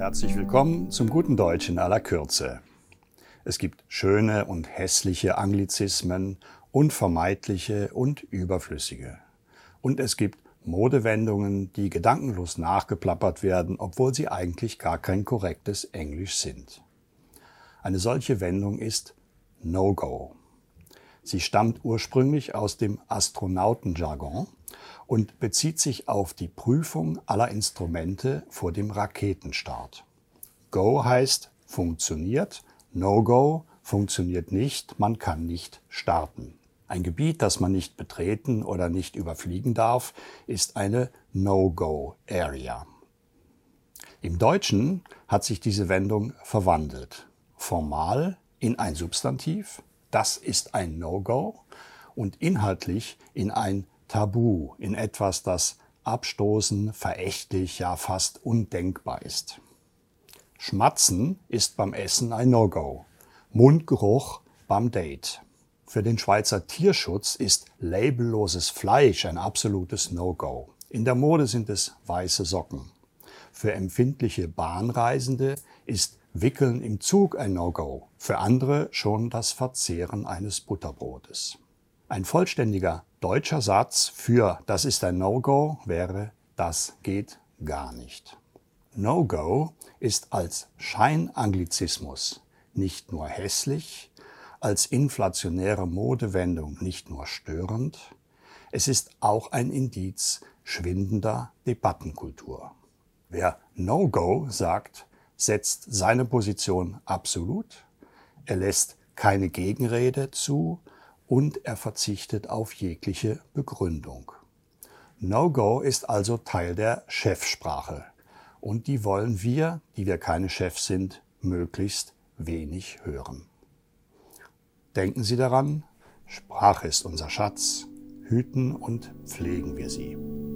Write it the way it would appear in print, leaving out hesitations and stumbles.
Herzlich willkommen zum guten Deutsch in aller Kürze. Es gibt schöne und hässliche Anglizismen, unvermeidliche und überflüssige. Und es gibt Modewendungen, die gedankenlos nachgeplappert werden, obwohl sie eigentlich gar kein korrektes Englisch sind. Eine solche Wendung ist No-Go. Sie stammt ursprünglich aus dem Astronautenjargon und bezieht sich auf die Prüfung aller Instrumente vor dem Raketenstart. Go heißt funktioniert, No-Go funktioniert nicht, man kann nicht starten. Ein Gebiet, das man nicht betreten oder nicht überfliegen darf, ist eine No-Go-Area. Im Deutschen hat sich diese Wendung verwandelt. Formal in ein Substantiv, das ist ein No-Go, und inhaltlich in ein Tabu, in etwas, das abstoßend, verächtlich, ja fast undenkbar ist. Schmatzen ist beim Essen ein No-Go, Mundgeruch beim Date. Für den Schweizer Tierschutz ist labelloses Fleisch ein absolutes No-Go. In der Mode sind es weiße Socken. Für empfindliche Bahnreisende ist Wickeln im Zug ein No-Go, für andere schon das Verzehren eines Butterbrotes. Ein vollständiger deutscher Satz für das ist ein No-Go wäre das geht gar nicht. No-Go ist als Scheinanglizismus nicht nur hässlich, als inflationäre Modewendung nicht nur störend, es ist auch ein Indiz schwindender Debattenkultur. Wer No-Go sagt, setzt seine Position absolut, er lässt keine Gegenrede zu und er verzichtet auf jegliche Begründung. No-Go ist also Teil der Chefsprache und die wollen wir, die wir keine Chefs sind, möglichst wenig hören. Denken Sie daran, Sprache ist unser Schatz, hüten und pflegen wir sie.